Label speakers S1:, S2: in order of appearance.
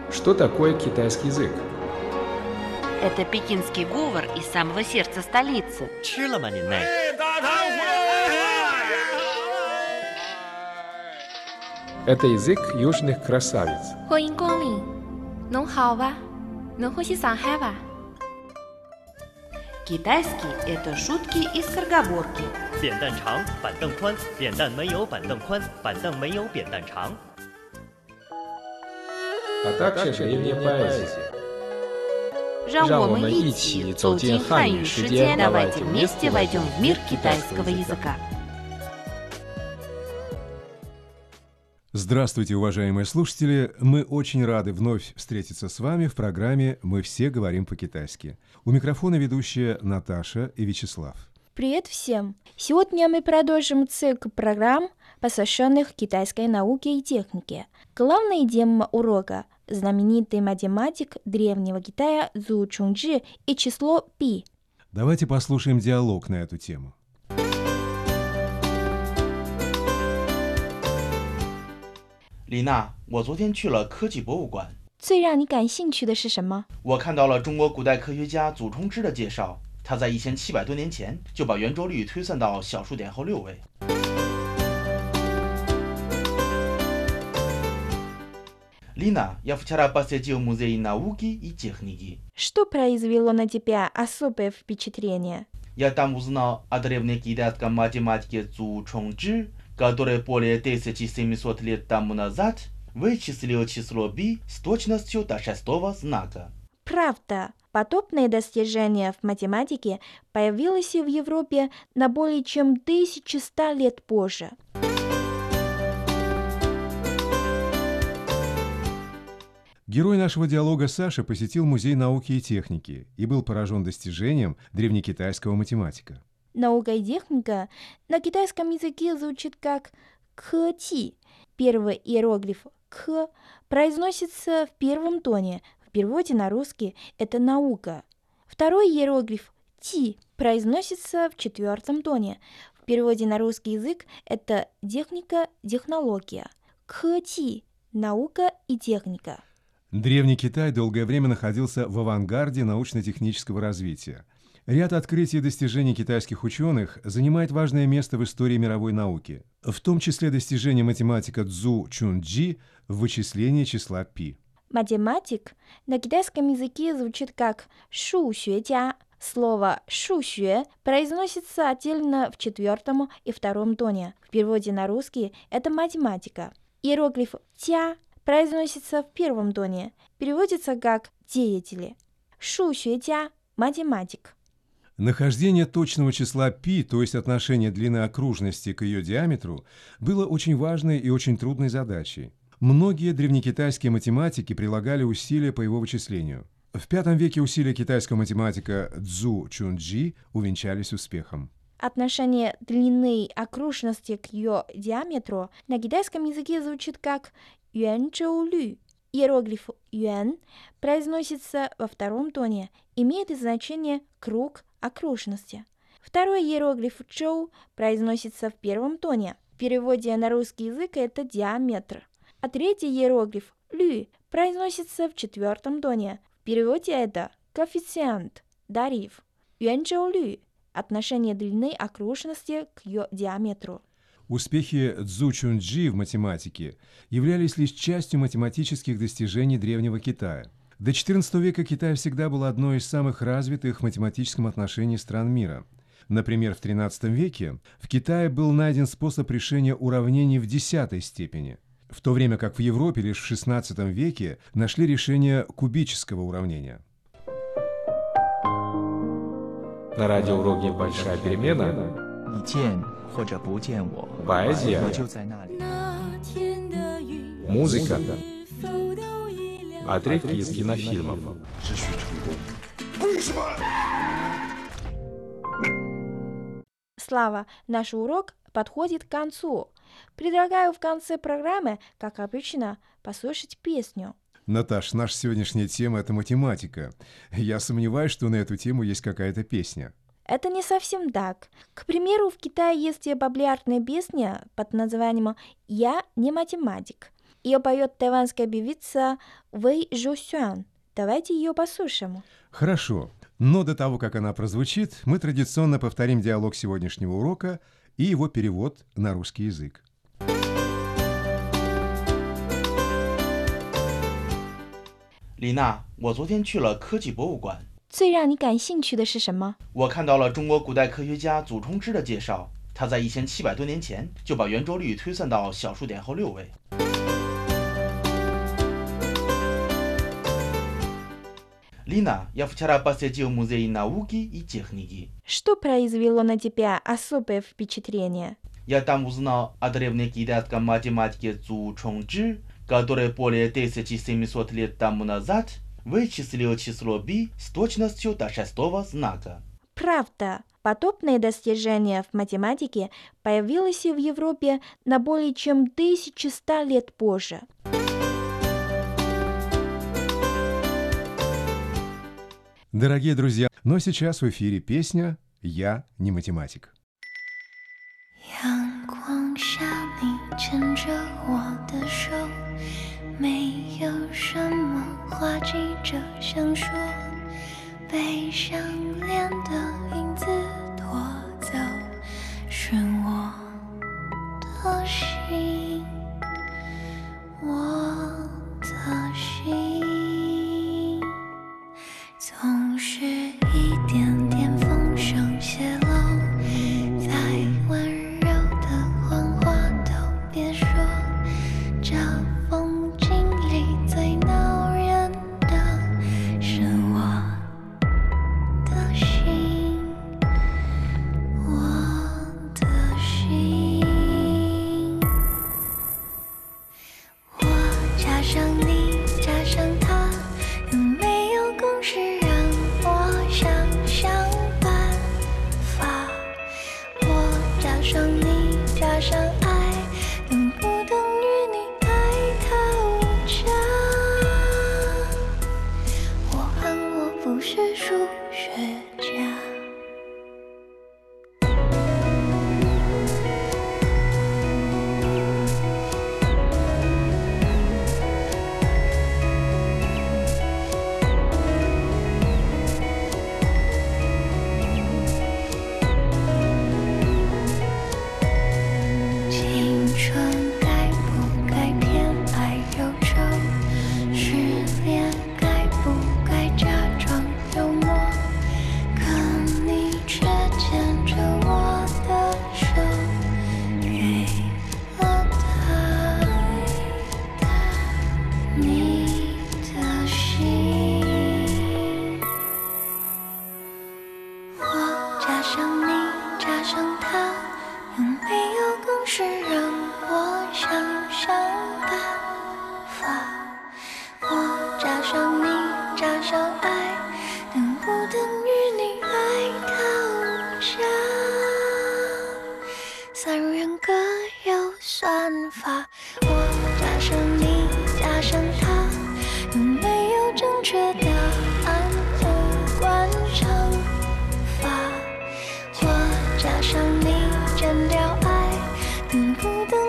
S1: Что такое китайский язык?
S2: Это пекинский говор из самого сердца столицы.
S1: Это язык южных красавиц.
S3: 欢迎光临，侬好哇，侬欢喜上海哇？
S2: Китайский – это шутки и скороговорки.
S4: 扁担长，板凳宽，扁担没有板凳宽，板凳没有扁担长。
S1: А также древняя поэзия.
S2: 让我们一起走进汉语世界，давайте вместе войдем в мир китайского языка.
S5: Здравствуйте, уважаемые слушатели! Мы очень рады вновь встретиться с вами в программе «Мы все говорим по-китайски». У микрофона ведущие Наташа и Вячеслав.
S6: Привет всем! Сегодня мы продолжим цикл программ, посвященных китайской науке и технике. Главная тема урока – знаменитый математик древнего Китая Цзу Чунчжи и число π.
S5: Давайте послушаем диалог на эту тему.
S7: 李娜，我昨天去了科技博物馆，
S6: 最让你感兴趣的是什么？
S7: 我看到了中国古代科学家祖冲之的介绍，他在1700多年前就把圆周率推算到小数点后6位。Лина, я вчера посетил музей науки и техники.
S6: Что произвело на тебя особое впечатление?
S7: Я там узнал о древнем китайском математике Цзу Чунчжи, который более 1700 лет тому назад вычислил число π с точностью до 6-го знака.
S6: Правда, подобное достижение в математике появилось в Европе на более чем 1100 лет позже.
S5: Герой нашего диалога Саша посетил Музей науки и техники и был поражен достижением древнекитайского математика.
S6: Наука и техника на китайском языке звучит как «кэ-ти». Первый иероглиф «к» произносится в первом тоне, в переводе на русский это «наука». Второй иероглиф «ти» произносится в четвертом тоне, в переводе на русский язык это «техника», «технология». «Кэ-ти» – «наука» и «техника».
S5: Древний Китай долгое время находился в авангарде научно-технического развития. Ряд открытий и достижений китайских ученых занимает важное место в истории мировой науки, в том числе достижения математика Цзу Чунчжи в вычислении числа π.
S6: Математик на китайском языке звучит как «шу-xuejia». Слово «шу-xue» произносится отдельно в четвертом и втором тоне. В переводе на русский это математика. Иероглиф «тя» произносится в первом тоне, переводится как «деятели». «Шу-xuejia» – математик.
S5: Нахождение точного числа π, то есть отношение длины окружности к ее диаметру, было очень важной и очень трудной задачей. Многие древнекитайские математики прилагали усилия по его вычислению. В V веке усилия китайского математика Цзу Чунчжи увенчались успехом.
S6: Отношение длины окружности к ее диаметру на китайском языке звучит как «юанчжоулю». Иероглиф «юан» произносится во втором тоне, имеет значение «круг», окружности. Второй иероглиф «чжоу» произносится в первом тоне. В переводе на русский язык это диаметр. А третий иероглиф «лю» произносится в четвертом тоне. В переводе это коэффициент, тариф. «Юанчжоулю» – отношение длины окружности к ее диаметру.
S5: Успехи Цзу Чунчжи в математике являлись лишь частью математических достижений древнего Китая. До XIV века Китай всегда был одной из самых развитых в математическом отношении стран мира. Например, в XIII веке в Китае был найден способ решения уравнений в 10-й степени, в то время как в Европе лишь в XVI веке нашли решение кубического уравнения.
S1: На радиоуроке «Большая перемена» поэзия, музыка, отрывки из кинофильмов.
S6: Слава, наш урок подходит к концу. Предлагаю в конце программы, как обычно, послушать песню.
S5: Наташ, наша сегодняшняя тема – это математика. Я сомневаюсь, что на эту тему есть какая-то песня.
S6: Это не совсем так. К примеру, в Китае есть популярная песня под названием «Я не математик». Ее поет тайванская певица Вэй Жу Сюан. Давайте ее послушаем.
S5: Хорошо, но до того, как она прозвучит, мы традиционно повторим диалог сегодняшнего урока и его перевод на русский язык.
S7: 李娜，我昨天去了科技博物馆，
S6: 最让你感兴趣的是什么？
S7: 我看到了中国古代科学家祖冲之的介绍，他在1700多年前就把圆周率推算到小数点后6位。Лина, я вчера посетил музей науки и техники.
S6: Что произвело на тебя особое впечатление?
S7: Я там узнал о древней китайской математике Цзу Чонgjи, который более 1700 лет тому назад вычислил число π с точностью до 6-го знака.
S6: Правда, подобное достижение в математике появилось в Европе на более чем 1100 лет позже.
S5: Дорогие друзья, но сейчас в эфире песня «Я не математик».
S8: 阳光下，你牵着我的手，没有什么话急着想说，被相连的影子拖走，是我的心，我的心，总是一点点风声泄露，再温柔的谎话都别说，这风景里最恼人的是我的心，我的心，我加上你，加上他，有没有公式让我想想办法？我加上你，加上爱，等不等于你爱他无价？我恨我不是数学家。青春该不该偏爱忧愁？失恋该不该假装幽默？可你却牵着我的手，给了他你的心。我加上你，加上他，有没有公式让我想想办法？我加上你，加上爱，等不等于你爱他无价？三人各有算法，我加上你，加上他，有没有正确答案无关乘法？我加上你，减掉爱，等不等